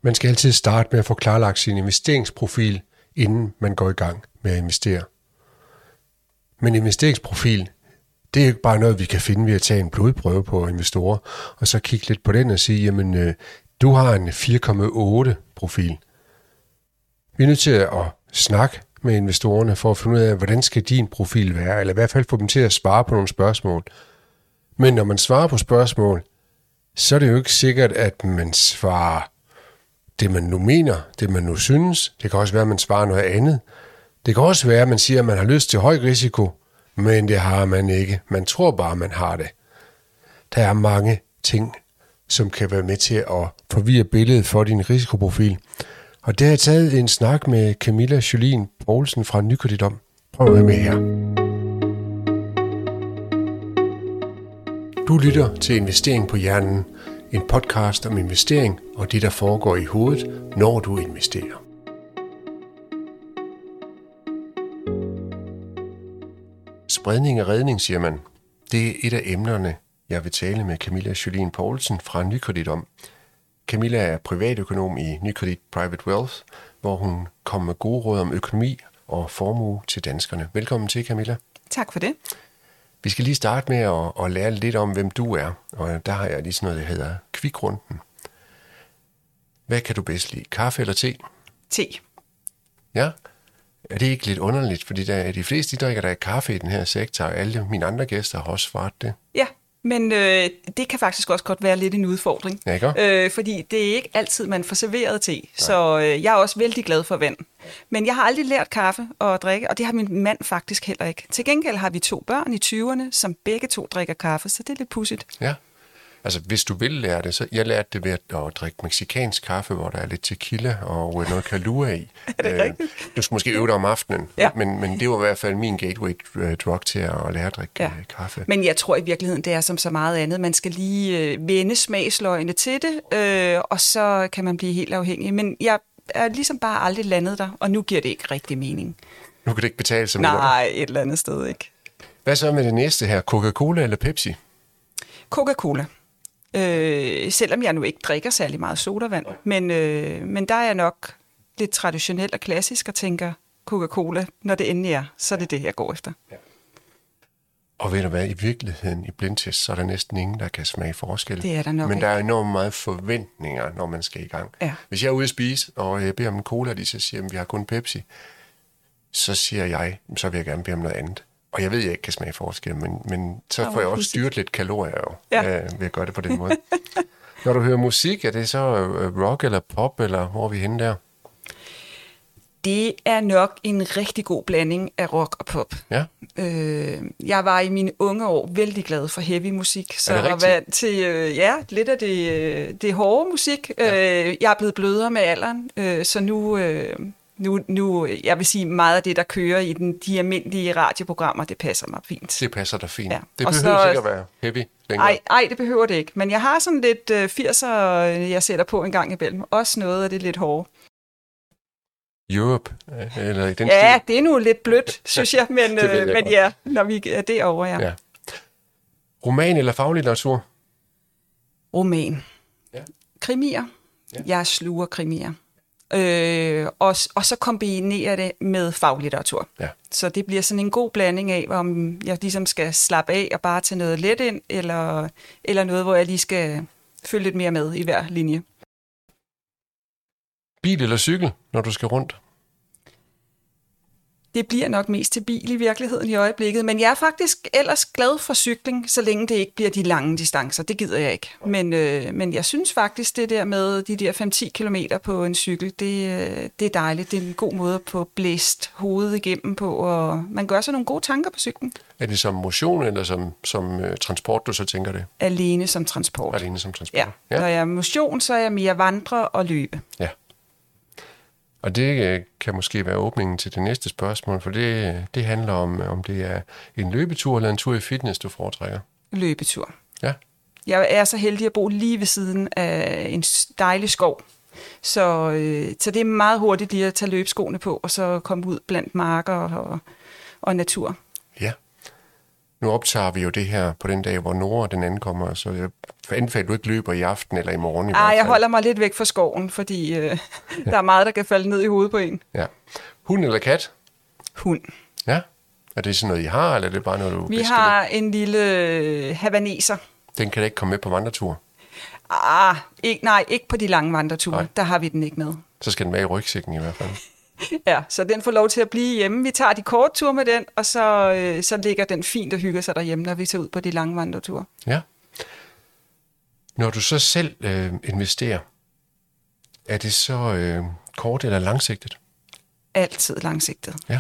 Man skal altid starte med at få klarlagt sin investeringsprofil, inden man går i gang med at investere. Men investeringsprofil, det er ikke bare noget, vi kan finde ved at tage en blodprøve på investorer, og så kigge lidt på den og sige, jamen, du har en 4,8 profil. Vi er nødt til at snakke med investorerne for at finde ud af, hvordan skal din profil være, eller i hvert fald få dem til at svare på nogle spørgsmål. Men når man svarer på spørgsmål, så er det jo ikke sikkert, at man svarer det, man nu mener, det, man nu synes. Det kan også være, at man svarer noget andet. Det kan også være, at man siger, at man har lyst til høj risiko, men det har man ikke. Man tror bare, at man har det. Der er mange ting, som kan være med til at forvirre billedet for din risikoprofil. Og der har jeg taget en snak med Camilla Jolien Poulsen fra Nykredit om. Prøv at være med her. Du lytter til Investering på Hjernen, en podcast om investering og det, der foregår i hovedet, når du investerer. Spredning af redning, siger man. Det er et af emnerne, jeg vil tale med Camilla Jolien Poulsen fra Nykredit om. Camilla er privatøkonom i Nykredit Private Wealth, hvor hun kommer med gode råd om økonomi og formue til danskerne. Velkommen til, Camilla. Tak for det. Vi skal lige starte med at lære lidt om, hvem du er. Og der har jeg lige sådan noget, der hedder kvikrunden. Hvad kan du bedst lide? Kaffe eller te? Te. Ja. Er det ikke lidt underligt? Fordi der er de fleste, de drikker der er kaffe i den her sektor, og alle mine andre gæster har også svaret det. Ja, men det kan faktisk også godt være lidt en udfordring. Ja, ikke? Fordi det er ikke altid, man får serveret te. Nej. Så jeg er også vældig glad for vand. Men jeg har aldrig lært kaffe at drikke, og det har min mand faktisk heller ikke. Til gengæld har vi 2 børn i 20'erne, som begge 2 drikker kaffe, så det er lidt pudsigt. Ja. Altså, hvis du vil lære det, så jeg lærte det ved at drikke mexicansk kaffe, hvor der er lidt tequila og noget kalua i. Er det rigtigt? Du skal måske øve dig om aftenen, ja. men det var i hvert fald min gateway drug til at lære at drikke kaffe. Men jeg tror i virkeligheden, det er som så meget andet. Man skal lige vende smagsløgene til det, og så kan man blive helt afhængig. Men jeg er ligesom bare aldrig landet der, og nu giver det ikke rigtig mening. Nu kan det ikke betale sig. Nej, et eller andet sted ikke. Hvad så med det næste her? Coca-Cola eller Pepsi? Coca-Cola. Selvom jeg nu ikke drikker særlig meget sodavand, men der er jeg nok lidt traditionel og klassisk og tænker Coca-Cola, når det endelig er, så er det det, jeg går efter. Ja. Og ved du hvad, i virkeligheden i blindtest, så er der næsten ingen, der kan smage forskel. Det er der nok. Men der er enormt meget forventninger, når man skal i gang. Ja. Hvis jeg er ude at spise, og jeg beder om en cola, de så siger, at vi har kun Pepsi, så siger jeg, så vil jeg gerne bede om noget andet. Og jeg ved, at jeg ikke kan smage forskel, men så får jeg også styret lidt kalorier jo, ved at gøre det på den måde. Når du hører musik, er det så rock eller pop, eller hvor er vi henne der? Det er nok en rigtig god blanding af rock og pop. Ja. Jeg var i mine unge år vældig glad for heavy musik, så jeg var vant til lidt af det hårde musik. Ja. Jeg er blevet blødere med alderen, så nu, jeg vil sige, meget af det, der kører i de almindelige radioprogrammer, det passer mig fint. Det passer dig fint. Ja. Det behøver ikke at være heavy længere. Nej, det behøver det ikke. Men jeg har sådan lidt 80'er, jeg sætter på en gang imellem. Også noget af det lidt hårde. Europe, eller i den ja, stil. Det er nu lidt blødt, synes jeg, men ja, når vi er derovre, ja. Roman eller faglitteratur? Roman. Ja. Krimier. Ja. Jeg sluger krimier. Og så kombinerer det med faglitteratur. Ja. Så det bliver sådan en god blanding af, om jeg ligesom skal slappe af og bare tage noget let ind, eller noget, hvor jeg lige skal følge lidt mere med i hver linje. Bil eller cykel, når du skal rundt? Det bliver nok mest til bil i virkeligheden i øjeblikket, men jeg er faktisk ellers glad for cykling, så længe det ikke bliver de lange distancer. Det gider jeg ikke. Men jeg synes faktisk, det der med de der 5-10 kilometer på en cykel, det er dejligt. Det er en god måde at få blæst hovedet igennem på, og man gør sig nogle gode tanker på cyklen. Er det som motion eller som transport, du så tænker det? Alene som transport. Alene som transport. Ja. Når jeg er motion, så er jeg mere vandre og løbe. Ja. Og det kan måske være åbningen til det næste spørgsmål, for det handler om det er en løbetur eller en tur i fitness, du foretrækker? Løbetur. Ja. Jeg er så heldig at bo lige ved siden af en dejlig skov, så det er meget hurtigt lige at tage løbeskoene på, og så komme ud blandt marker og natur. Ja. Nu optager vi jo det her på den dag, hvor Nora den ankommer, så jeg anbefaler, du ikke løber i aften eller i morgen. Jeg holder mig lidt væk fra skoven, fordi der er meget, der kan falde ned i hovedet på en. Ja. Hund eller kat? Hund. Ja. Er det sådan noget, I har, eller er det bare noget, du Vi har en lille havaneser. Den kan da ikke komme med på vandretur? Ikke på de lange vandreture. Nej. Der har vi den ikke med. Så skal den være i rygsækken i hvert fald. Ja, så den får lov til at blive hjemme. Vi tager de korte ture med den, og så ligger den fint og hygger sig derhjemme, når vi tager ud på de lange vandreture. Ja. Når du så selv investerer, er det så kort eller langsigtet? Altid langsigtet. Ja.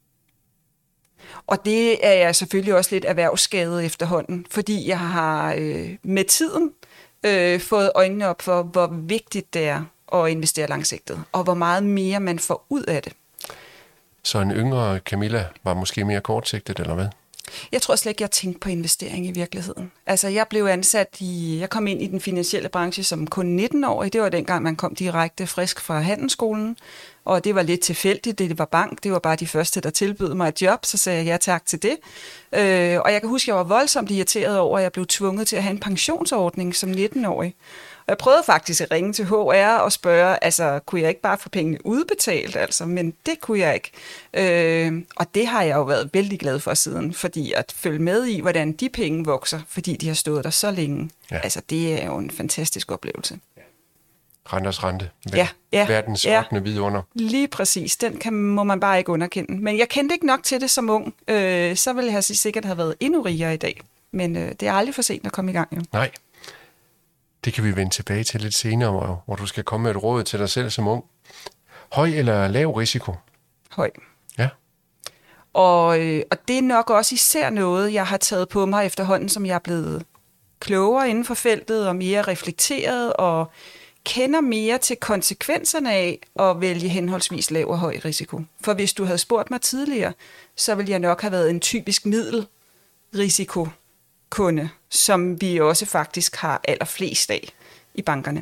Og det er jeg selvfølgelig også lidt erhvervsskadet efterhånden, fordi jeg har med tiden fået øjnene op for, hvor vigtigt det er at investere langsigtet, og hvor meget mere man får ud af det. Så en yngre Camilla var måske mere kortsigtet, eller hvad? Jeg tror slet ikke, jeg tænkte på investering i virkeligheden. Altså, jeg kom ind i den finansielle branche som kun 19-årig. Det var dengang, man kom direkte frisk fra handelsskolen, og det var lidt tilfældigt. Det var bank. Det var bare de første, der tilbød mig et job, så sagde jeg ja tak til det. Og jeg kan huske, at jeg var voldsomt irriteret over, at jeg blev tvunget til at have en pensionsordning som 19-årig. Jeg prøvede faktisk at ringe til HR og spørge, altså, kunne jeg ikke bare få pengene udbetalt, altså, men det kunne jeg ikke. Og det har jeg jo været vældig glad for siden, fordi at følge med i, hvordan de penge vokser, fordi de har stået der så længe. Ja. Altså, det er jo en fantastisk oplevelse. Ja. Renters rente. Ja. Verdens 8. vidunder. Lige præcis. Den må man bare ikke underkende. Men jeg kendte ikke nok til det som ung. Så ville jeg sikkert have været endnu rigere i dag. Men det er aldrig for sent at komme i gang. Jo. Nej. Det kan vi vende tilbage til lidt senere, hvor du skal komme med et råd til dig selv som ung. Høj eller lav risiko? Høj. Ja. Og det er nok også især noget, jeg har taget på mig efterhånden, som jeg er blevet klogere inden for feltet og mere reflekteret og kender mere til konsekvenserne af at vælge henholdsvis lav og høj risiko. For hvis du havde spurgt mig tidligere, så ville jeg nok have været en typisk middelrisikokunde, som vi også faktisk har allerflest af i bankerne.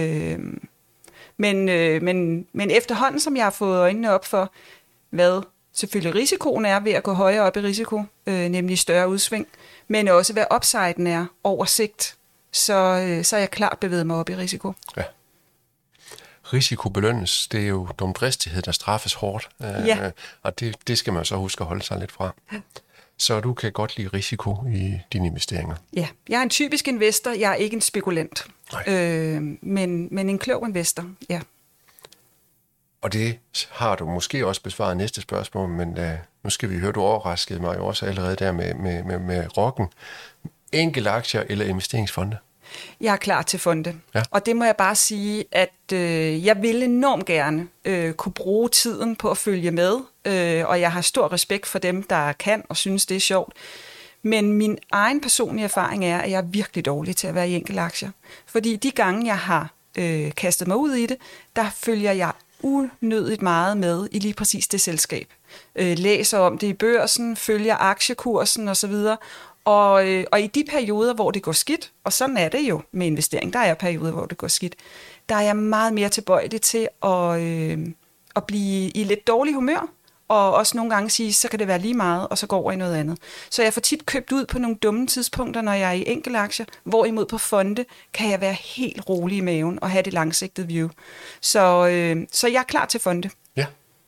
Men efterhånden, som jeg har fået øjnene op for, hvad selvfølgelig risikoen er ved at gå højere op i risiko, nemlig større udsving, men også hvad upsiden er over sigt, så er jeg klart bevæget mig op i risiko. Ja. Risiko belønnes, det er jo dumdristighed, der straffes hårdt, og det skal man så huske at holde sig lidt fra. Ja. Så du kan godt lide risiko i dine investeringer. Ja, jeg er en typisk investor, jeg er ikke en spekulant, men en klog investor, ja. Og det har du måske også besvaret næste spørgsmål, men nu skal vi høre, du overraskede mig jo også allerede der med rocken. Enkelte aktier eller investeringsfonde? Jeg er klar til fonde, og det må jeg bare sige, at jeg vil enormt gerne kunne bruge tiden på at følge med, og jeg har stor respekt for dem, der kan og synes, det er sjovt. Men min egen personlige erfaring er, at jeg er virkelig dårlig til at være i enkelte aktier. Fordi de gange, jeg har kastet mig ud i det, der følger jeg unødigt meget med i lige præcis det selskab. Læser om det i børsen, følger aktiekursen osv., og i de perioder, hvor det går skidt, og sådan er det jo med investering, der er perioder, hvor det går skidt, der er jeg meget mere tilbøjelig til at blive i lidt dårlig humør, og også nogle gange sige, så kan det være lige meget, og så går over i noget andet. Så jeg får tit købt ud på nogle dumme tidspunkter, når jeg er i enkelte aktier, hvorimod på fonde kan jeg være helt rolig i maven og have det langsigtede view. Så jeg er klar til fonde. Ja.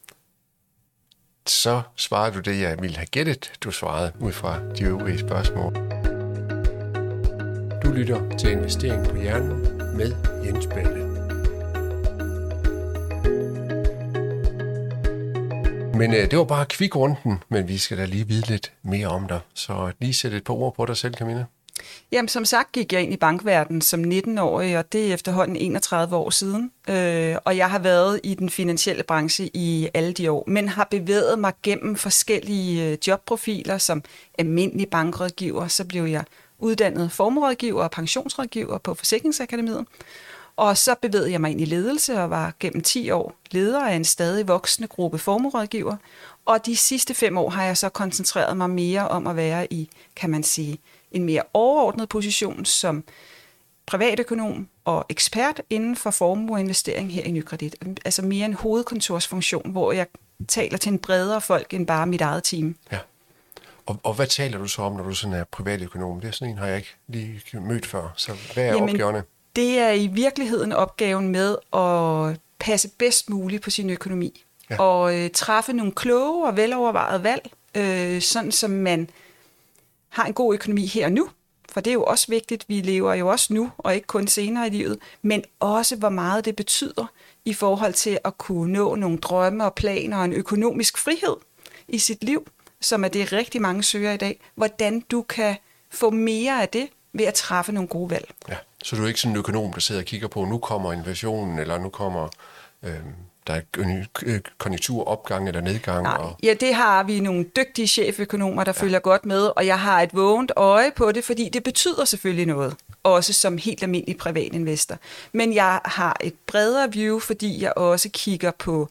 Så svarede du det, jeg ville have gættet, du svarede ud fra de øvrige spørgsmål. Du lytter til Investering på Hjernen med Jens Balle. Men det var bare kvikrunden, men vi skal da lige vide lidt mere om dig. Så lige sæt et par ord på dig selv, Camilla. Jamen, som sagt gik jeg ind i bankverdenen som 19-årig, og det er efterhånden 31 år siden. Og jeg har været i den finansielle branche i alle de år, men har bevæget mig gennem forskellige jobprofiler som almindelig bankrådgiver. Så blev jeg uddannet formuerådgiver og pensionsrådgiver på Forsikringsakademiet. Og så bevægede jeg mig ind i ledelse og var gennem 10 år leder af en stadig voksende gruppe formuerådgiver. Og de sidste 5 år har jeg så koncentreret mig mere om at være i, kan man sige, en mere overordnet position som privatøkonom og ekspert inden for formueinvestering her i Nykredit. Altså mere en hovedkontorsfunktion, hvor jeg taler til en bredere folk end bare mit eget team. Ja. Og hvad taler du så om, når du sådan er privatøkonom? Det er sådan en, har jeg ikke lige mødt før. Så hvad er opgaverne? Det er i virkeligheden opgaven med at passe bedst muligt på sin økonomi. Ja. Og træffe nogle kloge og velovervejede valg, sådan som man har en god økonomi her og nu. For det er jo også vigtigt, vi lever jo også nu, og ikke kun senere i livet, men også hvor meget det betyder i forhold til at kunne nå nogle drømme og planer og en økonomisk frihed i sit liv, som er det rigtig mange søger i dag. Hvordan du kan få mere af det ved at træffe nogle gode valg. Ja, så du er ikke sådan en økonom, der sidder og kigger på, nu kommer inflationen, eller nu kommer der er konjunkturopgang eller nedgang. Nej, ja, det har vi nogle dygtige cheføkonomer, der følger godt med, og jeg har et vågent øje på det, fordi det betyder selvfølgelig noget, også som helt almindelig privatinvestor. Men jeg har et bredere view, fordi jeg også kigger på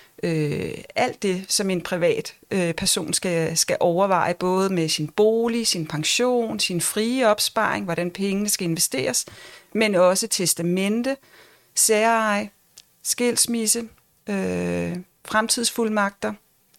alt det, som en privat person skal overveje, både med sin bolig, sin pension, sin frie opsparing, hvordan pengene skal investeres, men også testamente, særeje, skilsmisse, fremtidsfuldmagter.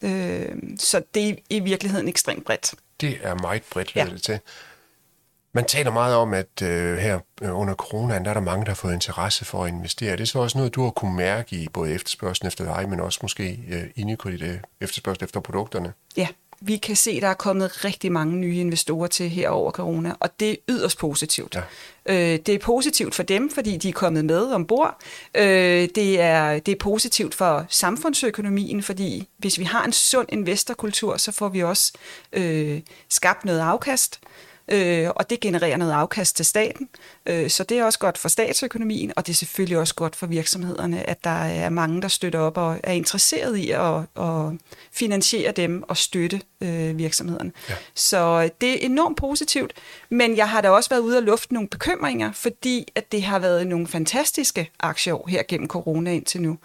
Så det er i virkeligheden ekstremt bredt. Det er meget bredt, ja. Det til. Man taler meget om, at her under coronaen, der er der mange, der har fået interesse for at investere. Det er så også noget, du har kunnet mærke i både efterspørgslen efter dig, men også måske indikredit efterspørgsel efter produkterne. Ja, vi kan se, at der er kommet rigtig mange nye investorer til her over corona, og det er yderst positivt. Ja. Det er positivt for dem, fordi de er kommet med ombord. Det er positivt for samfundsøkonomien, fordi hvis vi har en sund investorkultur, så får vi også skabt noget afkast. Og det genererer noget afkast til staten. Så det er også godt for statsøkonomien, og det er selvfølgelig også godt for virksomhederne, at der er mange, der støtter op og er interesseret i at finansiere dem og støtte virksomhederne. Ja. Så det er enormt positivt, men jeg har da også været ude og lufte nogle bekymringer, fordi at det har været nogle fantastiske aktieår her gennem corona indtil nu.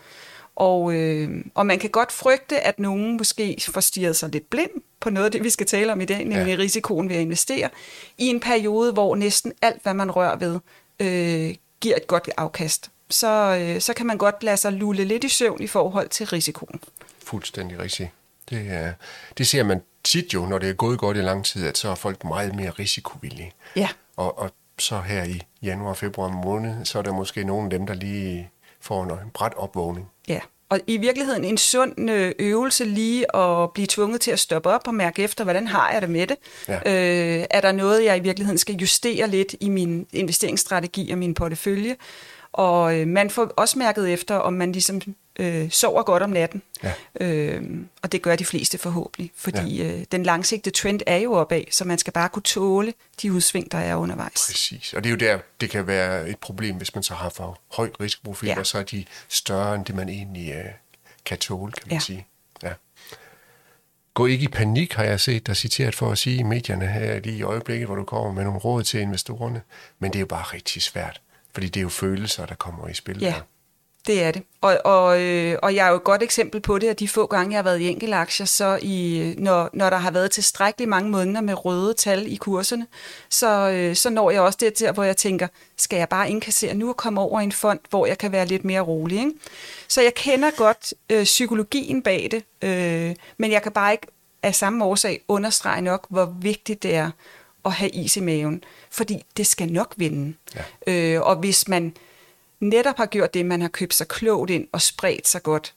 Og man kan godt frygte, at nogen måske får stirret sig lidt blind på noget af det, vi skal tale om i dag, nemlig risikoen ved at investere, i en periode, hvor næsten alt, hvad man rører ved, giver et godt afkast. Så kan man godt lade sig lulle lidt i søvn i forhold til risikoen. Fuldstændig rigtigt. Det ser man tit jo, når det er gået godt i lang tid, at så er folk meget mere risikovillige. Ja. Og så her i januar og februar måned, så er der måske nogle af dem, der lige får en brat opvågning. Ja, og i virkeligheden en sund øvelse lige at blive tvunget til at stoppe op og mærke efter, hvordan har jeg det med det? Ja. Er der noget, jeg i virkeligheden skal justere lidt i min investeringsstrategi og min portefølje? Og man får også mærket efter, om man ligesom sover godt om natten. Ja. Og det gør de fleste forhåbentlig, fordi den langsigtede trend er jo opad, så man skal bare kunne tåle de udsving, der er undervejs. Præcis, og det er jo der, det kan være et problem, hvis man så har for høj risikoprofil, og så er de større end det, man egentlig kan tåle, kan man sige. Ja. Gå ikke i panik, har jeg set dig citeret for at sige i medierne her lige i øjeblikket, hvor du kommer med nogle råd til investorerne, men det er jo bare rigtig svært. Fordi det er jo følelser, der kommer i spil. Ja, det er det. Og jeg er jo et godt eksempel på det, at de få gange, jeg har været i enkeltaktier, så når der har været tilstrækkeligt mange måneder med røde tal i kurserne, så når jeg også det til, hvor jeg tænker, skal jeg bare indkassere nu og komme over i en fond, hvor jeg kan være lidt mere rolig. Ikke? Så jeg kender godt psykologien bag det, men jeg kan bare ikke af samme årsag understrege nok, hvor vigtigt det er at have is i maven, fordi det skal nok vinde. Ja. Og hvis man netop har gjort det, man har købt sig klogt ind og spredt sig godt,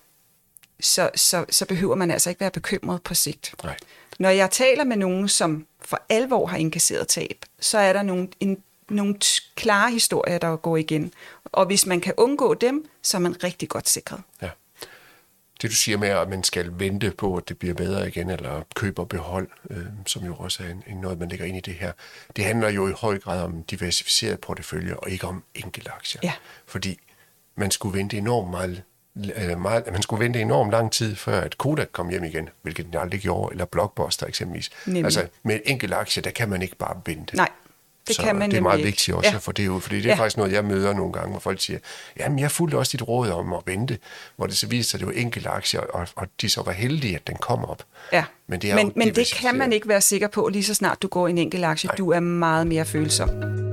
så behøver man altså ikke være bekymret på sigt. Nej. Når jeg taler med nogen, som for alvor har inkasseret tab, så er der nogle klare historier, der går igen. Og hvis man kan undgå dem, så er man rigtig godt sikret. Ja. Det du siger med, at man skal vente på, at det bliver bedre igen, eller købe og behold, som jo også er noget, man lægger ind i det her. Det handler jo i høj grad om diversificeret portefølje, og ikke om enkeltaktier. Ja. Fordi man skulle vente enormt lang tid, før at Kodak kom hjem igen, hvilket den aldrig gjorde, eller Blockbuster eksempelvis. Nemlig. Altså med enkeltaktier, der kan man ikke bare vente. Nej. Det kan man det er meget vigtigt også, fordi det er faktisk noget, jeg møder nogle gange, hvor folk siger, jamen jeg fulgte også dit råd om at vente, hvor det så viser sig, at det var enkelte aktier, og de så var heldige, at den kom op. Ja, men det kan man ikke være sikker på, lige så snart du går i en enkelt aktie. Nej. Du er meget mere følsom.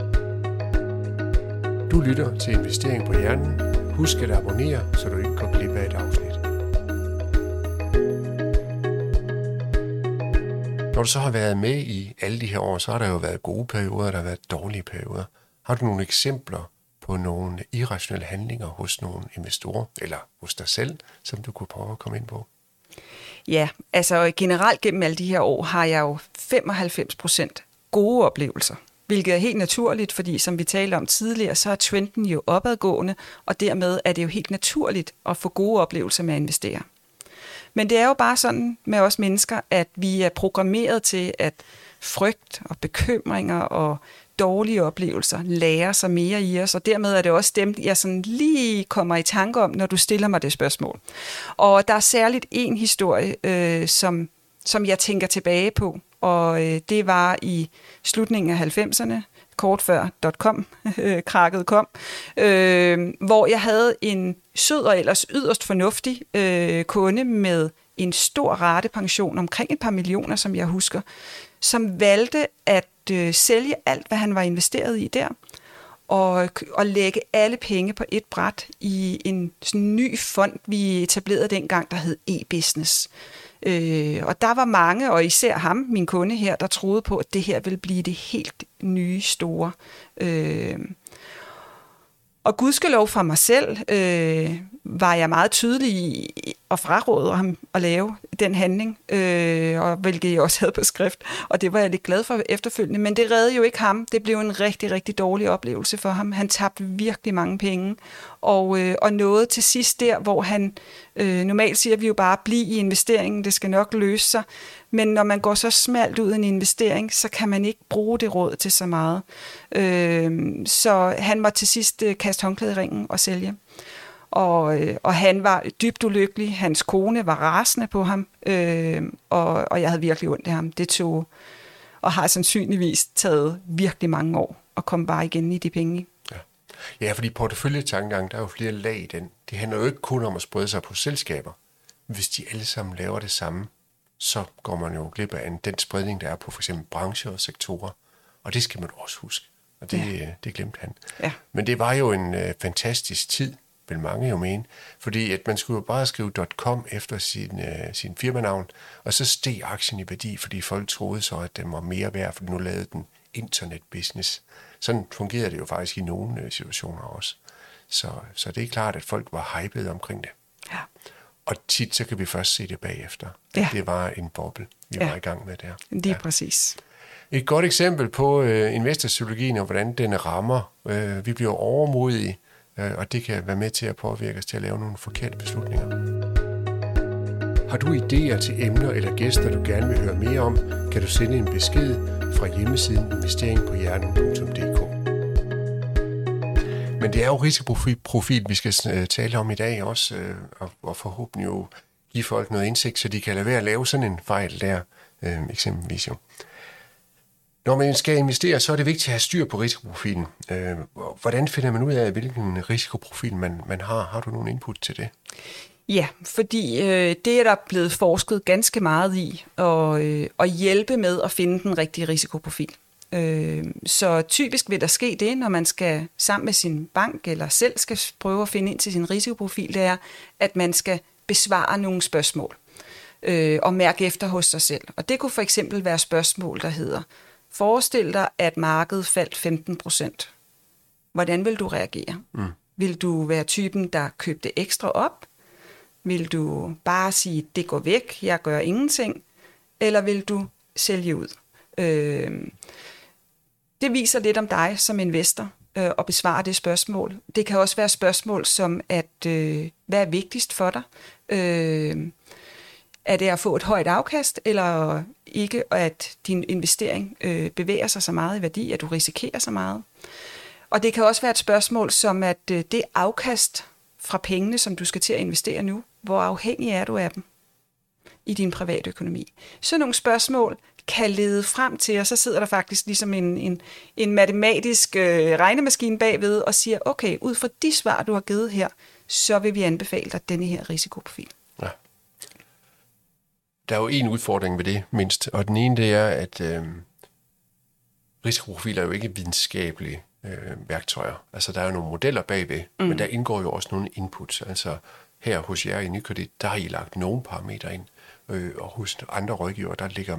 Du lytter til Investering på Hjernen. Husk at abonnere, så du ikke går glip af et afsnit. Når du så har været med i alle de her år, så har der jo været gode perioder, der har været dårlige perioder. Har du nogle eksempler på nogle irrationelle handlinger hos nogle investorer, eller hos dig selv, som du kunne prøve at komme ind på? Ja, altså generelt gennem alle de her år har jeg jo 95% gode oplevelser, hvilket er helt naturligt, fordi som vi talte om tidligere, så er trenden jo opadgående, og dermed er det jo helt naturligt at få gode oplevelser med at investere. Men det er jo bare sådan med os mennesker, at vi er programmeret til, at frygt og bekymringer og dårlige oplevelser lærer sig mere i os, og dermed er det også dem, jeg sådan lige kommer i tanke om, når du stiller mig det spørgsmål. Og der er særligt en historie, som jeg tænker tilbage på, og det var i slutningen af 90'erne, kort før .com-krakket kom, hvor jeg havde en sød og ellers yderst fornuftig kunde med en stor ratepension, omkring et par millioner, som jeg husker, som valgte at sælge alt, hvad han var investeret i der, og lægge alle penge på et bræt i en sådan ny fond, vi etablerede dengang, der hed e-business. Og der var mange, og især ham, min kunde her, der troede på, at det her ville blive det helt nye store. Og gudskelov fra mig selv var jeg meget tydelig i at fraråde ham at lave den handling, og hvilket jeg også havde på skrift, og det var jeg lidt glad for efterfølgende, men det reddede jo ikke ham. Det blev en rigtig, rigtig dårlig oplevelse for ham. Han tabte virkelig mange penge, og nåede til sidst der, hvor han, normalt siger vi jo bare, bliv i investeringen, det skal nok løse sig, men når man går så smalt ud i en investering, så kan man ikke bruge det råd til så meget. Så han må til sidst kaste håndklædet i ringen og sælge. Og han var dybt ulykkelig. Hans kone var rasende på ham, og jeg havde virkelig ondt af ham. Det tog, og har sandsynligvis taget virkelig mange år at komme bare igen i de penge. Ja, fordi porteføljetankegang, der er jo flere lag i den. Det handler jo ikke kun om at sprede sig på selskaber. Hvis de alle sammen laver det samme, så går man jo glip af den spredning, der er på for eksempel brancher og sektorer. Og det skal man også huske. Og det glemte han. Ja. Men det var jo en fantastisk tid, vil mange jo mene. Fordi at man skulle jo bare skrive .com efter sin firmanavn, og så steg aktien i værdi, fordi folk troede så, at den var mere værd, for nu lavede den internetbusiness. Sådan fungerede det jo faktisk i nogle situationer også. Så det er klart, at folk var hypede omkring det. Ja. Og tit så kan vi først se det bagefter. Ja. Det var en boble, vi var i gang med der. Det er præcis. Et godt eksempel på investorpsykologien og hvordan den rammer. Vi bliver overmodige, og det kan være med til at påvirke os til at lave nogle forkerte beslutninger. Har du idéer til emner eller gæster, du gerne vil høre mere om, kan du sende en besked fra hjemmesiden investeringpohjernen.dk. Men det er jo risikoprofil, vi skal tale om i dag også, og forhåbentlig jo give folk noget indsigt, så de kan lade være at lave sådan en fejl der, eksempelvis jo. Når man skal investere, så er det vigtigt at have styr på risikoprofilen. Hvordan finder man ud af, hvilken risikoprofil man har? Har du nogen input til det? Ja, fordi det er der blevet forsket ganske meget i, at hjælpe med at finde den rigtige risikoprofil. Så typisk vil der ske det, når man skal sammen med sin bank eller selv skal prøve at finde ind til sin risikoprofil, det er, at man skal besvare nogle spørgsmål og mærke efter hos sig selv. Og det kunne for eksempel være spørgsmål, der hedder: forestil dig, at markedet faldt 15%. Hvordan vil du reagere? Vil du være typen, der købte ekstra op? Vil du bare sige, det går væk, jeg gør ingenting? Eller vil du sælge ud? Det viser lidt om dig som investor at besvare det spørgsmål. Det kan også være spørgsmål som, at hvad er vigtigst for dig? Er det at få et højt afkast, eller ikke, at din investering bevæger sig så meget i værdi, at du risikerer så meget? Og det kan også være et spørgsmål som, at det afkast fra pengene, som du skal til at investere nu, hvor afhængig er du af dem i din private økonomi? Så nogle spørgsmål kan lede frem til, og så sidder der faktisk ligesom en matematisk regnemaskine bagved og siger, okay, ud fra de svar, du har givet her, så vil vi anbefale dig denne her risikoprofil. Ja. Der er jo en udfordring ved det, mindst, og den ene det er, at risikoprofiler er jo ikke videnskabelige værktøjer. Altså, der er jo nogle modeller bagved, men der indgår jo også nogle inputs. Altså, her hos jer i Nykredit, der har I lagt nogle parametre ind, og hos andre rådgivere, der lægger man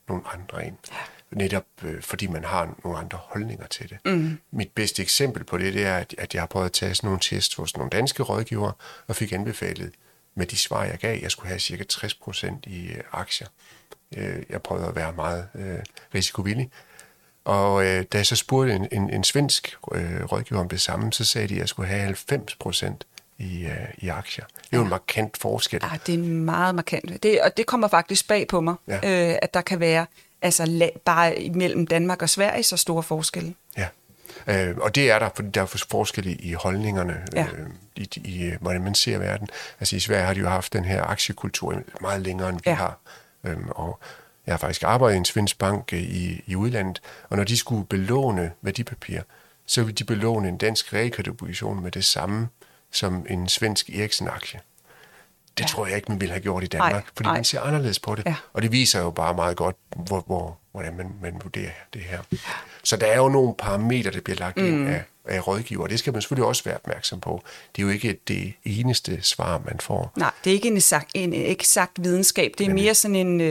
nogle andre ind. Netop fordi man har nogle andre holdninger til det. Mit bedste eksempel på det er, at jeg har prøvet at tage sådan nogle tests hos nogle danske rådgivere, og fik anbefalet med de svar, jeg gav, jeg skulle have cirka 60% i aktier. Jeg prøvede at være meget risikovillig. Og da jeg så spurgte en svensk rådgiver om det samme, så sagde de, at jeg skulle have 90% i aktier. Det er jo en markant forskel. Ja, det er meget markant. Og det kommer faktisk bag på mig, at der kan være bare mellem Danmark og Sverige så store forskelle. Ja, og det er der, fordi der er forskelle i holdningerne, i hvordan man ser verden. Altså i Sverige har de jo haft den her aktiekultur meget længere, end vi har. Og jeg har faktisk arbejdet i en svensk bank i udlandet, og når de skulle belåne værdipapirer, så ville de belåne en dansk realkreditobligation med det samme som en svensk Ericsson-aktie. Det tror jeg ikke, man ville have gjort i Danmark, fordi man ser anderledes på det. Ja. Og det viser jo bare meget godt, hvordan man vurderer det her. Så der er jo nogle parametre, der bliver lagt ind af rådgiver, og det skal man selvfølgelig også være opmærksom på. Det er jo ikke det eneste svar, man får. Nej, det er ikke en eksakt videnskab. Det er mere sådan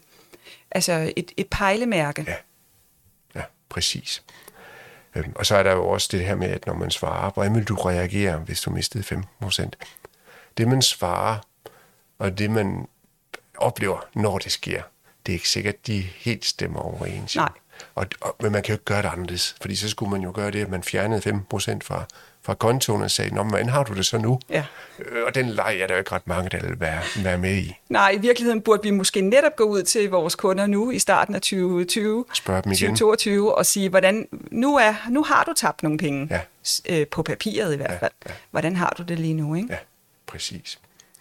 et pejlemærke. Ja, præcis. Og så er der jo også det her med, at når man svarer, hvordan vil du reagere, hvis du mistede 15%? Det, man svarer, og det, man oplever, når det sker, det er ikke sikkert, de helt stemmer overens. Nej. Men man kan jo ikke gøre det anderledes, fordi så skulle man jo gøre det, at man fjernede 15% fra kontoen og sagde, hvordan har du det så nu? Ja. Og den leg er der jo ikke ret mange, der vil være med i. Nej, i virkeligheden burde vi måske netop gå ud til vores kunder nu i starten af 2020, spørge dem igen. 2022 og sige, hvordan nu har du tabt nogle penge, på papiret i hvert fald. Ja. Hvordan har du det lige nu? Ikke? Ja, præcis.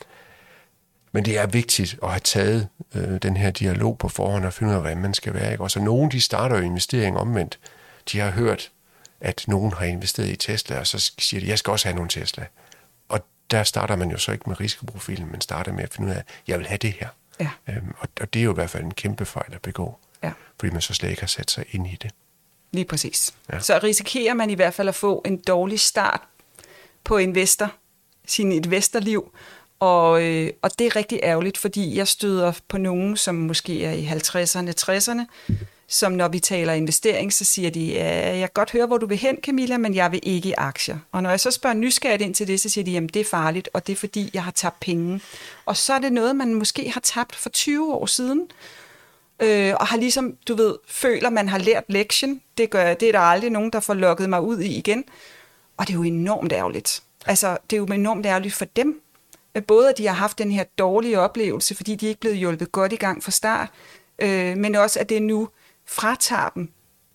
Men det er vigtigt at have taget den her dialog på forhånd og finde ud af, hvordan man skal være. Ikke? Og så nogen, de starter jo investering omvendt. De har hørt, at nogen har investeret i Tesla, og så siger de, jeg skal også have nogle Tesla. Og der starter man jo så ikke med risikoprofilen, men starter med at finde ud af, at jeg vil have det her. Ja. Og det er jo i hvert fald en kæmpe fejl at begå, fordi man så slet ikke har sat sig ind i det. Lige præcis. Ja. Så risikerer man i hvert fald at få en dårlig start på sin investorliv, og det er rigtig ærgerligt, fordi jeg støder på nogen, som måske er i 50'erne, 60'erne, som når vi taler investering, så siger de, jeg kan godt høre, hvor du vil hen, Camilla, men jeg vil ikke i aktier. Og når jeg så spørger nysgerrigt ind til det, så siger de, jamen det er farligt, og det er fordi, jeg har tabt penge. Og så er det noget, man måske har tabt for 20 år siden, og har ligesom, føler, man har lært lektien. Det er der aldrig nogen, der får lukket mig ud i igen. Og det er jo enormt ærgerligt. Altså, det er jo enormt ærgerligt for dem. Både at de har haft den her dårlige oplevelse, fordi de ikke er blevet hjulpet godt i gang fra start, men også at det nu fratager dem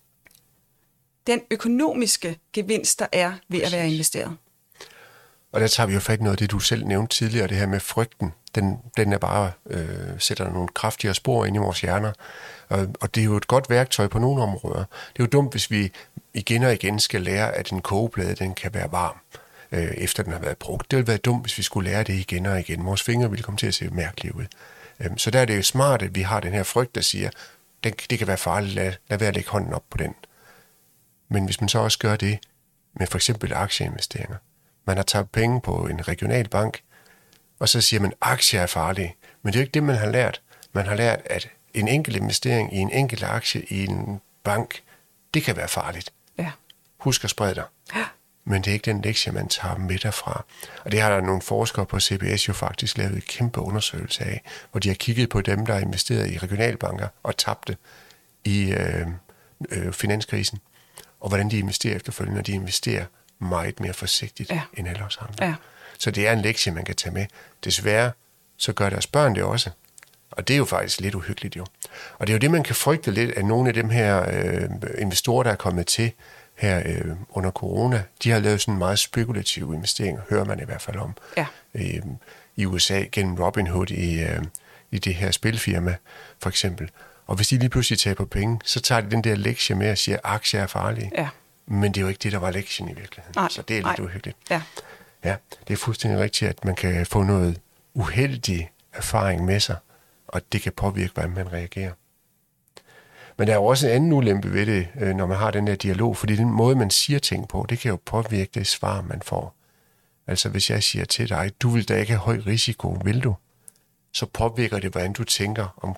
den økonomiske gevinst, der er ved at være investeret. Og der tager vi jo fat i noget af det, du selv nævnte tidligere, det her med frygten. Den er bare, sætter nogle kraftigere spor ind i vores hjerner. Og det er jo et godt værktøj på nogle områder. Det er jo dumt, hvis vi igen og igen skal lære, at en kogeplade, den kan være varm, efter den har været brugt. Det ville være dumt, hvis vi skulle lære det igen og igen. Vores fingre ville komme til at se mærkeligt ud. Så der er det jo smart, at vi har den her frygt, der siger, det kan være farligt, lad være at lægge hånden op på den. Men hvis man så også gør det med for eksempel aktieinvesteringer. Man har tabt penge på en regional bank, og så siger man, at aktier er farlige. Men det er jo ikke det, man har lært. Man har lært, at en enkelt investering i en enkelt aktie i en bank, det kan være farligt. Ja. Husk at sprede dig. Ja. Men det er ikke den lektie, man tager med derfra. Og det har der nogle forskere på CBS jo faktisk lavet en kæmpe undersøgelse af, hvor de har kigget på dem, der har investeret i regionalbanker og tabte i finanskrisen. Og hvordan de investerer efterfølgende, og de investerer meget mere forsigtigt end alle os andre. Ja. Så det er en lektie, man kan tage med. Desværre, så gør deres børn det også. Og det er jo faktisk lidt uhyggeligt jo. Og det er jo det, man kan frygte lidt af nogle af dem her investorer, der er kommet til her under corona. De har lavet sådan meget spekulative investeringer, hører man i hvert fald om. Ja. I USA gennem Robinhood i det her spilfirma, for eksempel. Og hvis de lige pludselig taber penge, så tager de den der lektie med og siger, at aktier er farlige. Ja. Men det er jo ikke det, der var lektien i virkeligheden. Nej. Så det er lidt uhyggeligt. Ja. Ja, det er fuldstændig rigtigt, at man kan få noget uheldig erfaring med sig, og det kan påvirke, hvordan man reagerer. Men der er jo også en anden ulempe ved det, når man har den der dialog, fordi den måde, man siger ting på, det kan jo påvirke det svar, man får. Altså hvis jeg siger til dig, du vil da ikke have høj risiko, vil du? Så påvirker det, hvordan du tænker omkring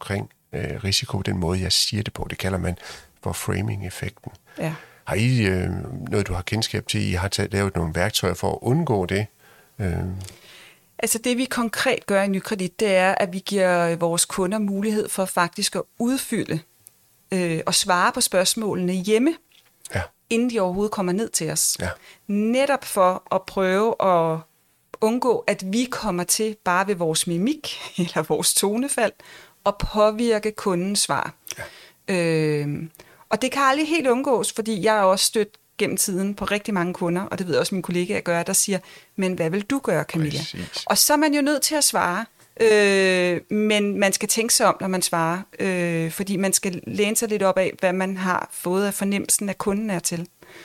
risiko, den måde, jeg siger det på. Det kalder man for framing-effekten. Ja. Har I noget, du har kendskab til? I har lavet nogle værktøjer for at undgå det? Altså det, vi konkret gør i Nykredit, det er, at vi giver vores kunder mulighed for faktisk at udfylde og svare på spørgsmålene hjemme, inden de overhovedet kommer ned til os. Ja. Netop for at prøve at undgå, at vi kommer til bare ved vores mimik eller vores tonefald og påvirke kundens svar. Ja. Og det kan aldrig helt undgås, fordi jeg har også stødt gennem tiden på rigtig mange kunder, og det ved også mine kollegaer gør, der siger, men hvad vil du gøre, Camilla? Præcis. Og så er man jo nødt til at svare, men man skal tænke sig om, når man svarer, fordi man skal læne sig lidt op af, hvad man har fået af fornemmelsen, at kunden er til.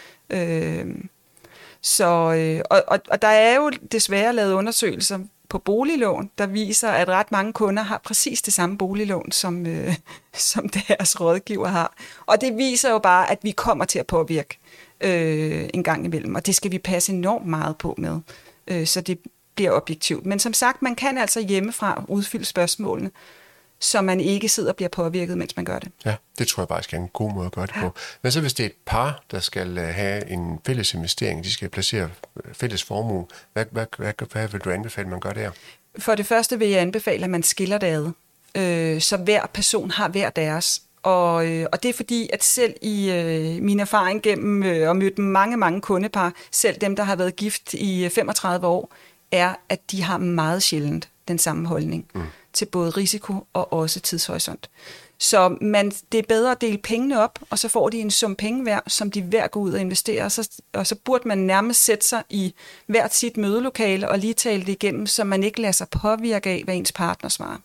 Og der er jo desværre lavet undersøgelser på boliglån, der viser, at ret mange kunder har præcis det samme boliglån, som deres rådgiver har. Og det viser jo bare, at vi kommer til at påvirke en gang imellem, og det skal vi passe enormt meget på med, så det bliver objektivt. Men som sagt, man kan altså hjemmefra udfylde spørgsmålene, så man ikke sidder og bliver påvirket, mens man gør det. Ja, det tror jeg bare skal en god måde at gøre det på. Men så hvis det er et par, der skal have en fælles investering, de skal placere fælles formue, hvad vil du anbefale, man gør der? For det første vil jeg anbefale, at man skiller det ad, så hver person har hver deres. Og det er fordi, at selv i min erfaring gennem at møde mange kundepar, selv dem, der har været gift i 35 år, er, at de har meget sjældent den samme holdning til både risiko og også tidshorisont. Så det er bedre at dele pengene op, og så får de en sum penge hver, som de hver går ud og investerer. Og så burde man nærmest sætte sig i hvert sit mødelokale og lige tale det igennem, så man ikke lader sig påvirke af, hvad ens partner svarer.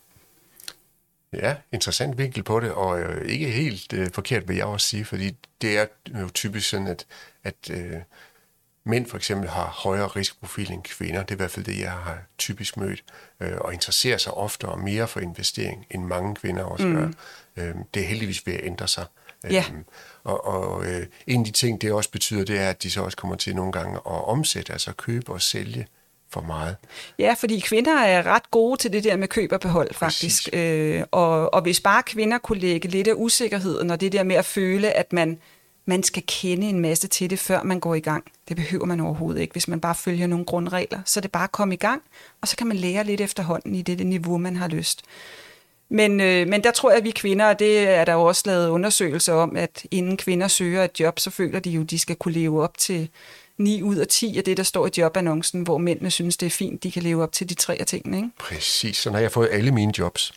Ja, interessant vinkel på det, og ikke helt forkert, vil jeg også sige, fordi det er jo typisk sådan, at mænd for eksempel har højere risikoprofil end kvinder. Det er i hvert fald det, jeg har typisk mødt, og interesserer sig oftere mere for investering, end mange kvinder også gør. Det er heldigvis ved at ændre sig. Ja. Og en af de ting, det også betyder, det er, at de så også kommer til nogle gange at omsætte, altså købe og sælge for meget. Ja, fordi kvinder er ret gode til det der med køb og behold, faktisk. Og hvis bare kvinder kunne lægge lidt af usikkerheden, og det der med at føle, at man skal kende en masse til det, før man går i gang. Det behøver man overhovedet ikke, hvis man bare følger nogle grundregler. Så det er bare at komme i gang, og så kan man lære lidt efterhånden i det niveau, man har lyst. Men der tror jeg, at vi kvinder, og det er der jo også lavet undersøgelser om, at inden kvinder søger et job, så føler de jo, at de skal kunne leve op til 9 ud af 10 af det, der står i jobannoncen, hvor mændene synes, det er fint, de kan leve op til de 3 af tingene. Ikke? Præcis, så har jeg fået alle mine jobs.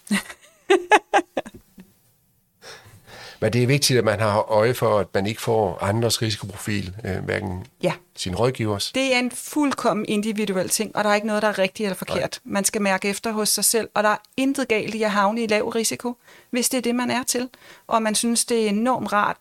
Men det er vigtigt, at man har øje for, at man ikke får andres risikoprofil, hverken sin rådgivers. Det er en fuldkommen individuel ting, og der er ikke noget, der er rigtigt eller forkert. Nej. Man skal mærke efter hos sig selv, og der er intet galt i at havne i lav risiko, hvis det er det, man er til. Og man synes, det er enormt rart,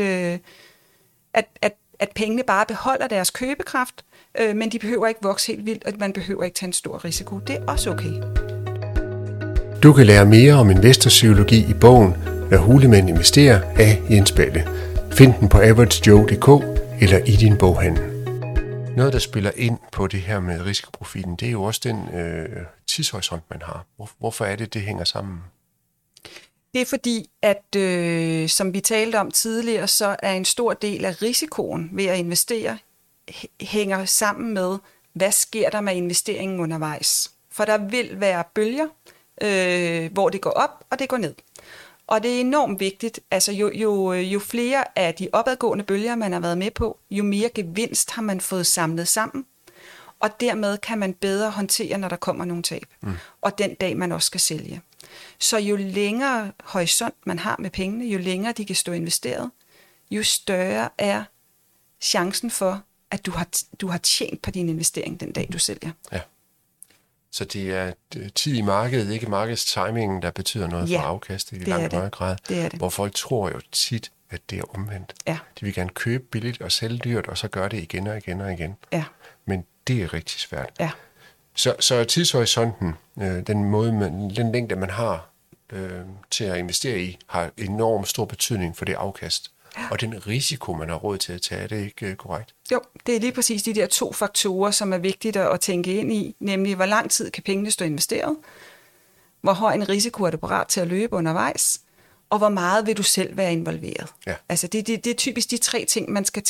at pengene bare beholder deres købekraft, men de behøver ikke vokse helt vildt, og man behøver ikke tage en stor risiko. Det er også okay. Du kan lære mere om investorpsykologi i bogen Når hulemænd investerer af Jens Balle. Find den på averagejoe.dk eller i din boghandel. Noget, der spiller ind på det her med risikoprofilen, det er jo også den tidshorisont, man har. Hvorfor er det hænger sammen? Det er fordi, at som vi talte om tidligere, så er en stor del af risikoen ved at investere hænger sammen med, hvad sker der med investeringen undervejs. For der vil være bølger, hvor det går op, og det går ned. Og det er enormt vigtigt, altså jo flere af de opadgående bølger, man har været med på, jo mere gevinst har man fået samlet sammen, og dermed kan man bedre håndtere, når der kommer nogle tab, og den dag, man også skal sælge. Så jo længere horisont man har med pengene, jo længere de kan stå investeret, jo større er chancen for, at du har tjent på din investering den dag, du sælger. Ja. Så det er tid i markedet, ikke markedstimingen, der betyder noget for afkastet i langt højere grad. Det er det. Hvor folk tror jo tit, at det er omvendt. Ja. De vil gerne købe billigt og sælge dyrt, og så gøre det igen og igen og igen. Ja. Men det er rigtig svært. Ja. Så tidshorisonten, den længde, man har til at investere i, har enormt stor betydning for det afkast. Og den risiko, man har råd til at tage, er det ikke korrekt? Jo, det er lige præcis de der 2 faktorer, som er vigtigt at tænke ind i, nemlig hvor lang tid kan pengene stå investeret, hvor høj en risiko er du parat til at løbe undervejs, og hvor meget vil du selv være involveret. Ja. Altså det er typisk de 3 ting,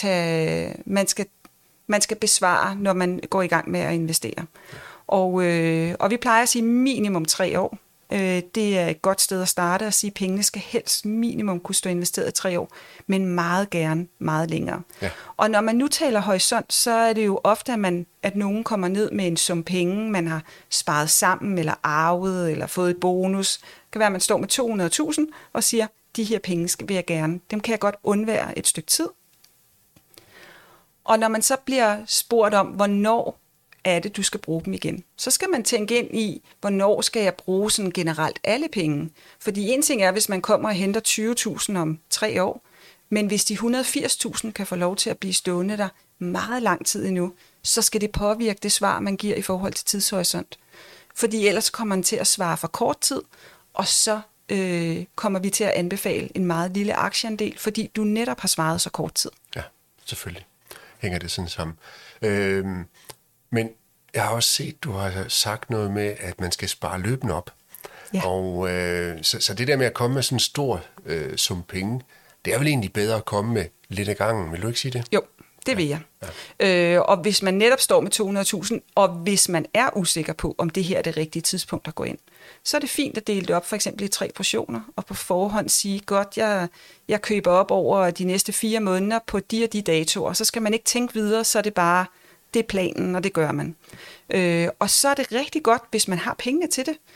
man skal besvare, når man går i gang med at investere. Ja. Og vi plejer at sige minimum 3 år. Det er et godt sted at starte at sige, at pengene skal helst minimum kunne stå investeret i 3 år, men meget gerne meget længere. Ja. Og når man nu taler horisont, så er det jo ofte, at nogen kommer ned med en sum penge, man har sparet sammen, eller arvet, eller fået et bonus. Det kan være, at man står med 200.000 og siger, de her penge vil jeg gerne. Dem kan jeg godt undvære et stykke tid. Og når man så bliver spurgt om, hvornår er det, du skal bruge dem igen, så skal man tænke ind i, hvornår skal jeg bruge sådan generelt alle penge. Fordi en ting er, hvis man kommer og henter 20.000 om 3 år, men hvis de 180.000 kan få lov til at blive stående der meget lang tid endnu, så skal det påvirke det svar, man giver i forhold til tidshorisont. Fordi ellers kommer man til at svare for kort tid, og så kommer vi til at anbefale en meget lille aktieandel, fordi du netop har svaret så kort tid. Ja, selvfølgelig hænger det sådan sammen. Men jeg har også set, du har sagt noget med, at man skal spare løbende op. Ja. Og så det der med at komme med sådan en stor sum penge, det er vel egentlig bedre at komme med lidt af gangen. Vil du ikke sige det? Jo, det vil jeg. Ja. Og hvis man netop står med 200.000, og hvis man er usikker på, om det her er det rigtige tidspunkt at gå ind, så er det fint at dele det op for eksempel i 3 portioner, og på forhånd sige, godt, jeg køber op over de næste 4 måneder på de og de datoer, så skal man ikke tænke videre, så er det bare, det er planen, og det gør man. Og så er det rigtig godt, hvis man har pengene til det,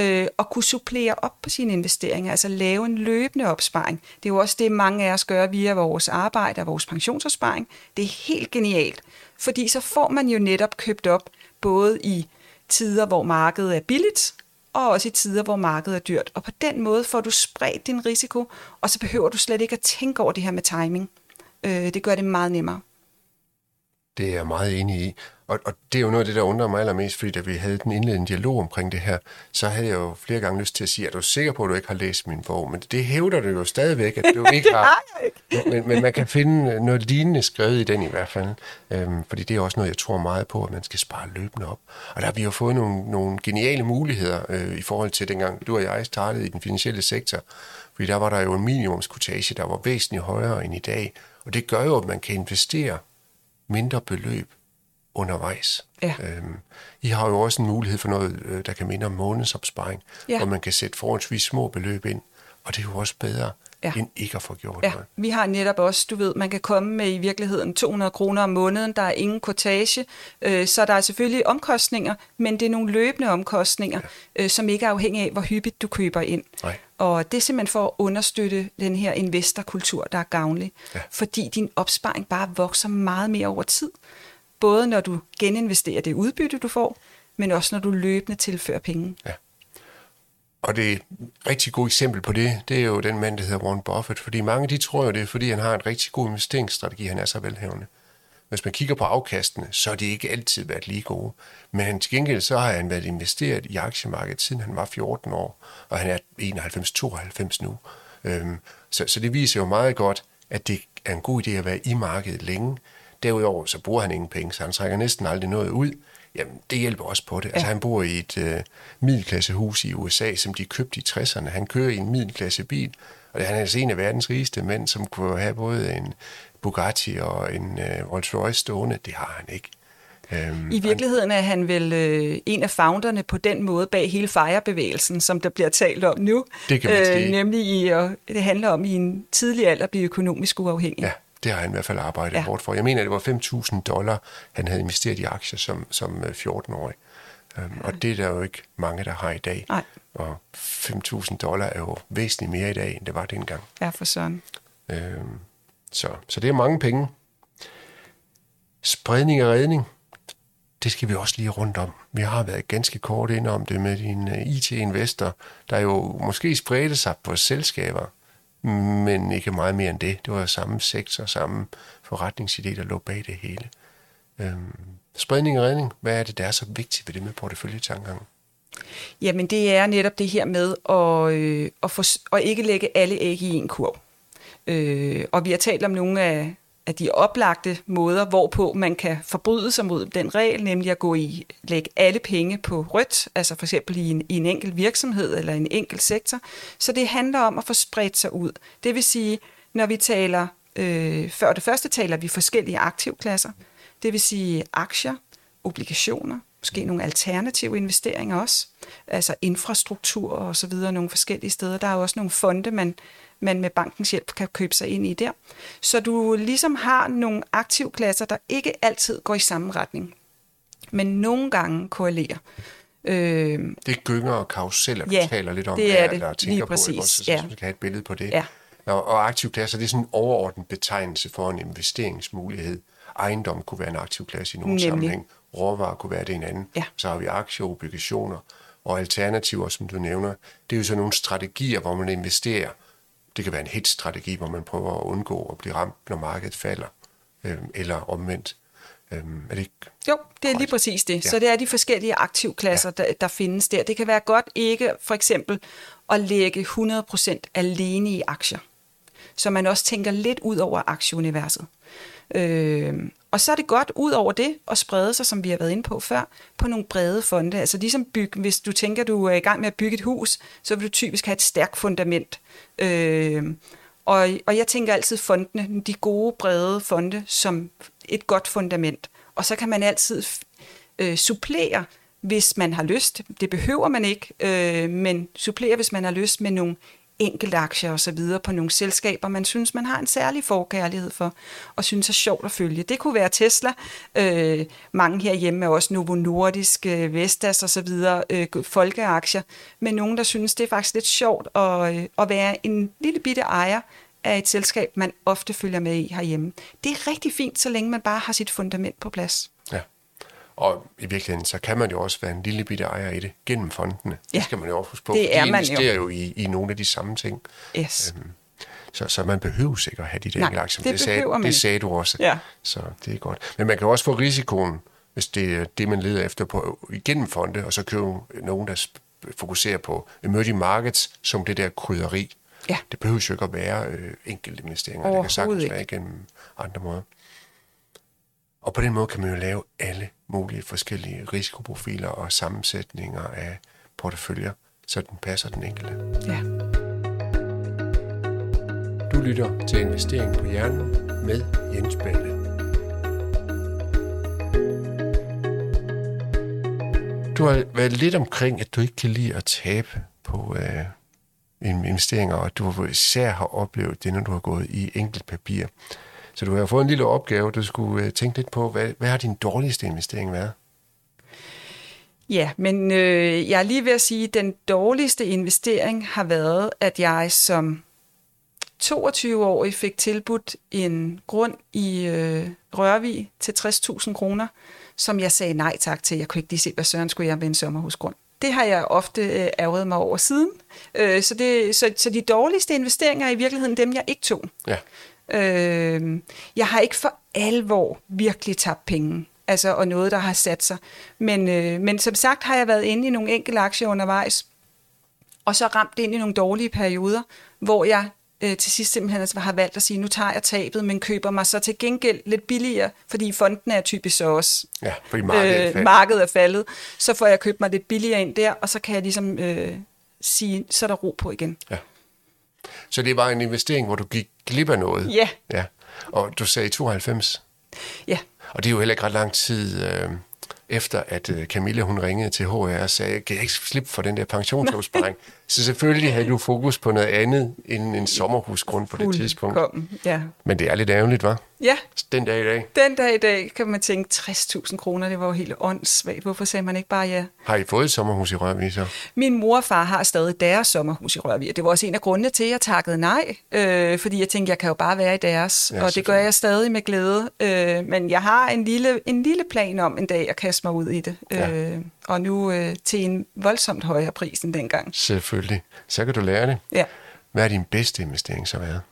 at kunne supplere op på sine investeringer, altså lave en løbende opsparing. Det er jo også det, mange af os gør via vores arbejde og vores pensionsopsparing. Det er helt genialt, fordi så får man jo netop købt op, både i tider, hvor markedet er billigt, og også i tider, hvor markedet er dyrt. Og på den måde får du spredt din risiko, og så behøver du slet ikke at tænke over det her med timing. Det gør det meget nemmere. Det er jeg meget enig i. Og det er jo noget af det, der undrer mig allermest, fordi da vi havde den indledende dialog omkring det her, så havde jeg jo flere gange lyst til at sige, at du er sikker på, at du ikke har læst min bog, men det hævder du jo stadigvæk, at du ikke har. Men man kan finde noget lignende skrevet i den i hvert fald, fordi det er også noget, jeg tror meget på, at man skal spare løbende op. Og der har vi jo fået nogle geniale muligheder i forhold til dengang du og jeg startede i den finansielle sektor, fordi der var der jo en minimumskortage, der var væsentligt højere end i dag, og det gør jo, at man kan investere mindre beløb undervejs. Ja. I har jo også en mulighed for noget, der kan minde om månedsopsparing, hvor man kan sætte forholdsvis små beløb ind, og det er jo også bedre, end ikke at få gjort noget. Vi har netop også, du ved, man kan komme med i virkeligheden 200 kroner om måneden, der er ingen kortage, så der er selvfølgelig omkostninger, men det er nogle løbende omkostninger, som ikke er afhængige af, hvor hyppigt du køber ind. Nej. Og det er simpelthen for at understøtte den her investorkultur, der er gavnlig, fordi din opsparing bare vokser meget mere over tid. Både når du geninvesterer det udbytte, du får, men også når du løbende tilfører penge. Ja. Og det er et rigtig godt eksempel på det, det er jo den mand, der hedder Warren Buffett, fordi mange de tror jo det er, fordi han har en rigtig god investeringsstrategi, han er så velhavende. Hvis man kigger på afkastene, så har de ikke altid været lige gode. Men til gengæld så har han været investeret i aktiemarkedet, siden han var 14 år, og han er 91-92 nu. Så det viser jo meget godt, at det er en god idé at være i markedet længe. Derudover så bruger han ingen penge, så han trækker næsten aldrig noget ud. Jamen, det hjælper også på det. Ja. Altså, han bor i et middelklassehus i USA, som de købte i 60'erne. Han kører i en middelklassebil, og han er altså en af verdens rigeste mænd, som kunne have både en Bugatti og en Rolls Royce stående. Det har han ikke. I virkeligheden er han vel en af founderne på den måde bag hele FIRE-bevægelsen, som der bliver talt om nu. Det kan man sige. Nemlig, det handler om i en tidlig alder at blive økonomisk uafhængig. Ja. Det har han i hvert fald arbejdet hårdt for. Jeg mener, det var $5.000, han havde investeret i aktier som 14-årig. Og det er der jo ikke mange, der har i dag. Nej. Og $5.000 er jo væsentligt mere i dag, end det var dengang. Ja, for sådan. Så det er mange penge. Spredning og redning, det skal vi også lige rundt om. Vi har været ganske kort inde om det med din IT-investor, der jo måske spredte sig på selskaber, men ikke meget mere end det. Det var samme sektor, samme forretningsidé, der lå bag det hele. Spredning og redning, hvad er det, der er så vigtigt ved det med porteføljetankegangen? Jamen, det er netop det her med at ikke lægge alle æg i en kurv. Og vi har talt om nogle af de oplagte måder, hvorpå man kan forbryde sig mod den regel, nemlig at lægge alle penge på rødt, altså for eksempel i en enkelt virksomhed eller en enkelt sektor. Så det handler om at få spredt sig ud. Det vil sige, når vi taler, før det første taler vi forskellige aktivklasser, det vil sige aktier, obligationer, måske nogle alternative investeringer også, altså infrastruktur og så videre, nogle forskellige steder. Der er også nogle fonde, man med bankens hjælp kan købe sig ind i der. Så du ligesom har nogle aktivklasser, der ikke altid går i samme retning, men nogle gange korrelerer. Det er gynger og karuseller, du taler lidt om, det er det, eller tænker på, så man kan have et billede på det. Ja. Og aktivklasser, det er sådan en overordnet betegnelse for en investeringsmulighed. Ejendom kunne være en aktivklasse i nogle sammenhæng. Råvarer kunne være det en anden. Ja. Så har vi aktier, obligationer og alternativer, som du nævner. Det er jo sådan nogle strategier, hvor man investerer. Det kan være en hedge-strategi, hvor man prøver at undgå at blive ramt, når markedet falder, eller omvendt. Er det ikke? Jo, det er lige præcis det. Ja. Så det er de forskellige aktivklasser, der findes der. Det kan være godt ikke for eksempel at lægge 100% alene i aktier, så man også tænker lidt ud over aktieuniverset. Og så er det godt ud over det at sprede sig, som vi har været inde på før, på nogle brede fonde. Altså ligesom hvis du tænker, du er i gang med at bygge et hus, så vil du typisk have et stærkt fundament. Og jeg tænker altid fondene, de gode brede fonde, som et godt fundament. Og så kan man altid supplere, hvis man har lyst. Det behøver man ikke, men supplere, hvis man har lyst med nogle enkeltaktier og så videre på nogle selskaber, man synes, man har en særlig forkærlighed for, og synes er sjovt at følge. Det kunne være Tesla, mange herhjemme er også Novo Nordisk, Vestas og så videre, folkeaktier, men nogen, der synes, det er faktisk lidt sjovt at være en lille bitte ejer af et selskab, man ofte følger med i herhjemme. Det er rigtig fint, så længe man bare har sit fundament på plads. Ja. Og i virkeligheden, så kan man jo også være en lille bitte ejer i det, gennem fondene. Ja, det skal man jo også huske på. Det er man jo. De investerer jo i nogle af de samme ting. Yes. Så man behøver sikkert at have de der enkelte aktier. Det sagde du også. Ja. Så det er godt. Men man kan også få risikoen, hvis det er det, man leder efter på igennem fonde, og så købe nogen, der fokuserer på emerging markets, som det der krydderi. Ja. Det behøver jo ikke at være enkelte investeringer. Det kan sagtens være igennem andre måder. Og på den måde kan man jo lave alle mulige forskellige risikoprofiler og sammensætninger af porteføljer, så den passer den enkelte. Ja. Du lytter til Investering på Hjernen med Jens Balle. Du har været lidt omkring, at du ikke kan lide at tabe på investeringer, og du især har oplevet det, når du har gået i enkelt papir. Så du har fået en lille opgave, du skulle tænke lidt på, hvad har din dårligste investering været? Ja, men jeg er lige ved at sige, at den dårligste investering har været, at jeg som 22-årig fik tilbudt en grund i Rørvig til 60.000 kroner, som jeg sagde nej tak til. Jeg kunne ikke lige se, hvad søren skulle jeg med en sommerhusgrund. Det har jeg ofte ærget mig over siden. Så de dårligste investeringer er i virkeligheden dem, jeg ikke tog. Ja. Jeg har ikke for alvor virkelig tabt penge, altså, og noget, der har sat sig. Men som sagt har jeg været inde i nogle enkelte aktier undervejs, og så ramt ind i nogle dårlige perioder, hvor jeg til sidst simpelthen har valgt at sige, nu tager jeg tabet, men køber mig så til gengæld lidt billigere, fordi fonden er typisk så også fordi markedet er faldet. Så får jeg købt mig lidt billigere ind der, og så kan jeg ligesom sige, så er der ro på igen. Ja. Så det var en investering, hvor du gik glip af noget? Ja. Og du sagde 92? Ja. Og det er jo heller ikke ret lang tid efter, at Camilla hun ringede til HR og sagde, kan jeg ikke slippe for den der pensionsopsparing? Så selvfølgelig havde du fokus på noget andet end en sommerhusgrund på det tidspunkt. Ja. Men det er lidt ærgerligt, hva'? Ja. Den dag i dag. Den dag i dag kan man tænke, 60.000 kroner, det var jo helt åndssvagt. Hvorfor sagde man ikke bare ja? Har I fået et sommerhus i Rørvig så? Min mor og far har stadig deres sommerhus i Rørvig. Det var også en af grundene til, at jeg takkede nej. Fordi jeg tænkte, jeg kan jo bare være i deres. Ja, og det gør jeg stadig med glæde. Men jeg har en lille plan om en dag at kaste mig ud i det. Ja. Og nu til en voldsomt højere pris end dengang. Selvfølgelig. Så kan du lære det. Ja. Hvad er din bedste investering så været?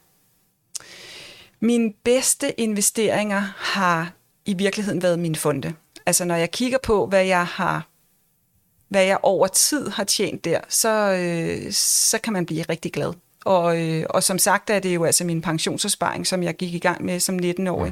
Mine bedste investeringer har i virkeligheden været mine fonde. Altså når jeg kigger på, hvad jeg over tid har tjent der, så kan man blive rigtig glad. Og som sagt er det jo altså min pensionsopsparing, som jeg gik i gang med som 19-årig,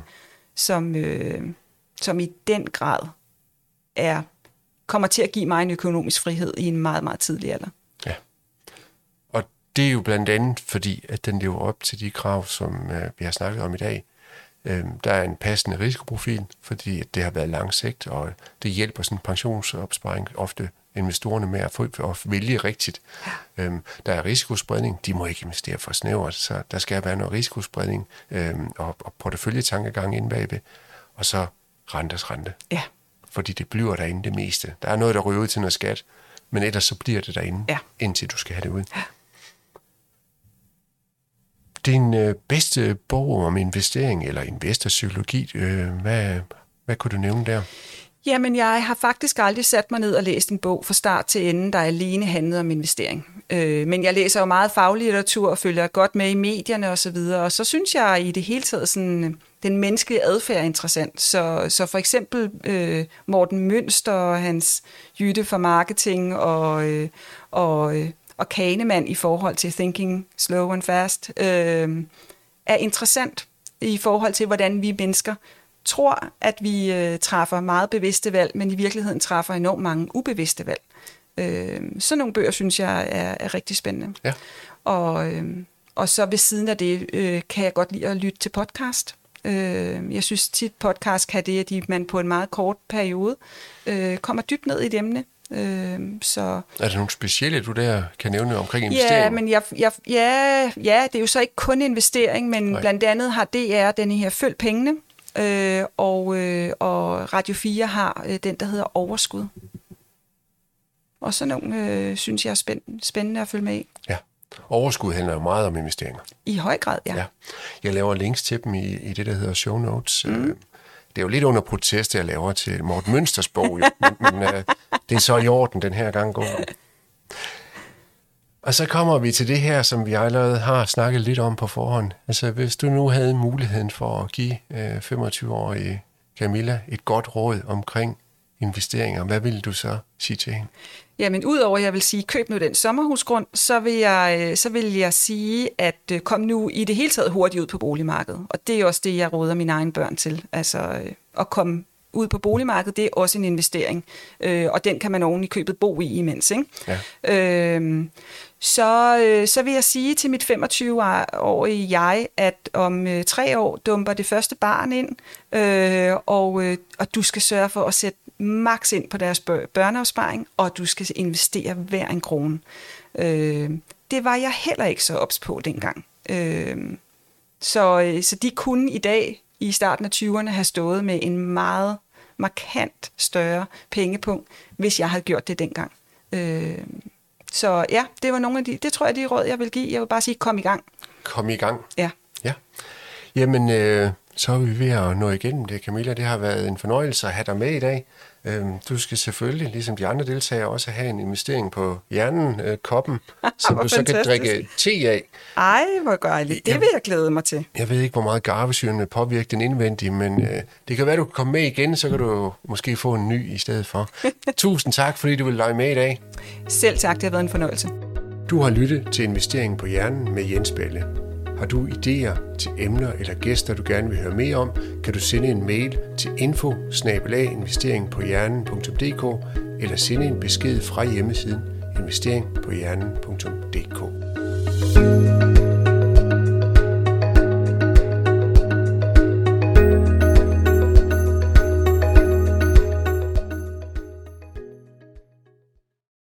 som i den grad kommer til at give mig en økonomisk frihed i en meget, meget tidlig alder. Ja. Og det er jo blandt andet fordi, at den lever op til de krav, som vi har snakket om i dag. Der er en passende risikoprofil, fordi det har været langsigt, og det hjælper sådan en pensionsopsparing ofte investorerne med at vælge rigtigt. Ja. Der er risikospredning, de må ikke investere for snævert, så der skal være noget risikospredning og porteføljetankegang inde bagved, og så renters rente. Ja. Fordi det bliver derinde det meste. Der er noget, der ryger ud til noget skat, men ellers så bliver det derinde, indtil du skal have det ud. Ja. Din bedste bog om investering eller investorpsykologi, hvad kunne du nævne der? Jamen, jeg har faktisk aldrig sat mig ned og læst en bog fra start til ende, der alene handlede om investering. Men jeg læser jo meget faglitteratur og følger godt med i medierne osv., og så synes jeg i det hele taget sådan, den menneskelige adfærd er interessant. Så for eksempel Morten Mønster og hans Jytte for marketing og Kahneman i forhold til Thinking Slow and Fast er interessant i forhold til, hvordan vi mennesker tror, at vi træffer meget bevidste valg, men i virkeligheden træffer enormt mange ubevidste valg. Sådan nogle bøger, synes jeg, er rigtig spændende. Ja. Og så ved siden af det, kan jeg godt lide at lytte til podcast. Jeg synes tit, podcast kan det, at man på en meget kort periode kommer dybt ned i et emne. Så er der nogle specielle, du der kan nævne omkring investering? Ja, men det er jo så ikke kun investering, men blandt andet har DR denne her Følg Pengene, og Radio 4 har den, der hedder Overskud. Og sådan nogle synes jeg er spændende at følge med i. Ja, Overskud handler jo meget om investeringer. I høj grad, ja. Jeg laver links til dem i det, der hedder show notes. Det er jo lidt under protest, jeg laver til Morten Mønsters bog, jo. men det er så i orden den her gang går. Og så kommer vi til det her, som vi allerede har snakket lidt om på forhånd. Altså, hvis du nu havde muligheden for at give 25-årige Camilla et godt råd omkring investeringer, hvad ville du så sige til hende? Jamen, udover at jeg vil sige, køb nu den sommerhusgrund, så vil jeg sige, at kom nu i det hele taget hurtigt ud på boligmarkedet. Og det er også det, jeg råder mine egne børn til. Altså, at komme ud på boligmarkedet, det er også en investering. Og den kan man oven i købet bo i imens, ikke? Ja. Så vil jeg sige til mit 25-årige jeg, at om 3 år dumper det første barn ind, og du skal sørge for at sætte maks ind på deres børneopsparing, og du skal investere hver en krone. Det var jeg heller ikke så ops på dengang. Så de kunne i dag, i starten af 20'erne, have stået med en meget markant større pengepunkt, hvis jeg havde gjort det dengang. Så ja, det var nogle af det tror jeg, de råd, jeg vil give. Jeg vil bare sige, kom i gang. Kom i gang? Ja. Jamen, så er vi ved at nå igennem det, Camilla. Det har været en fornøjelse at have dig med i dag. Du skal selvfølgelig, ligesom de andre deltagere, også have en investering på hjernen, koppen, som du så kan drikke te af. Ej, hvor gøjligt. Det vil jeg glæde mig til. Jeg ved ikke, hvor meget garvesyren vil påvirke den indvendige, men det kan være, du kan komme med igen, så kan du måske få en ny i stedet for. Tusind tak, fordi du vil lege med i dag. Selv tak, det har været en fornøjelse. Du har lyttet til Investering på Hjernen med Jens Balle. Har du idéer til emner eller gæster, du gerne vil høre mere om, kan du sende en mail til info@investeringpohjernen.dk eller sende en besked fra hjemmesiden investeringpohjernen.dk.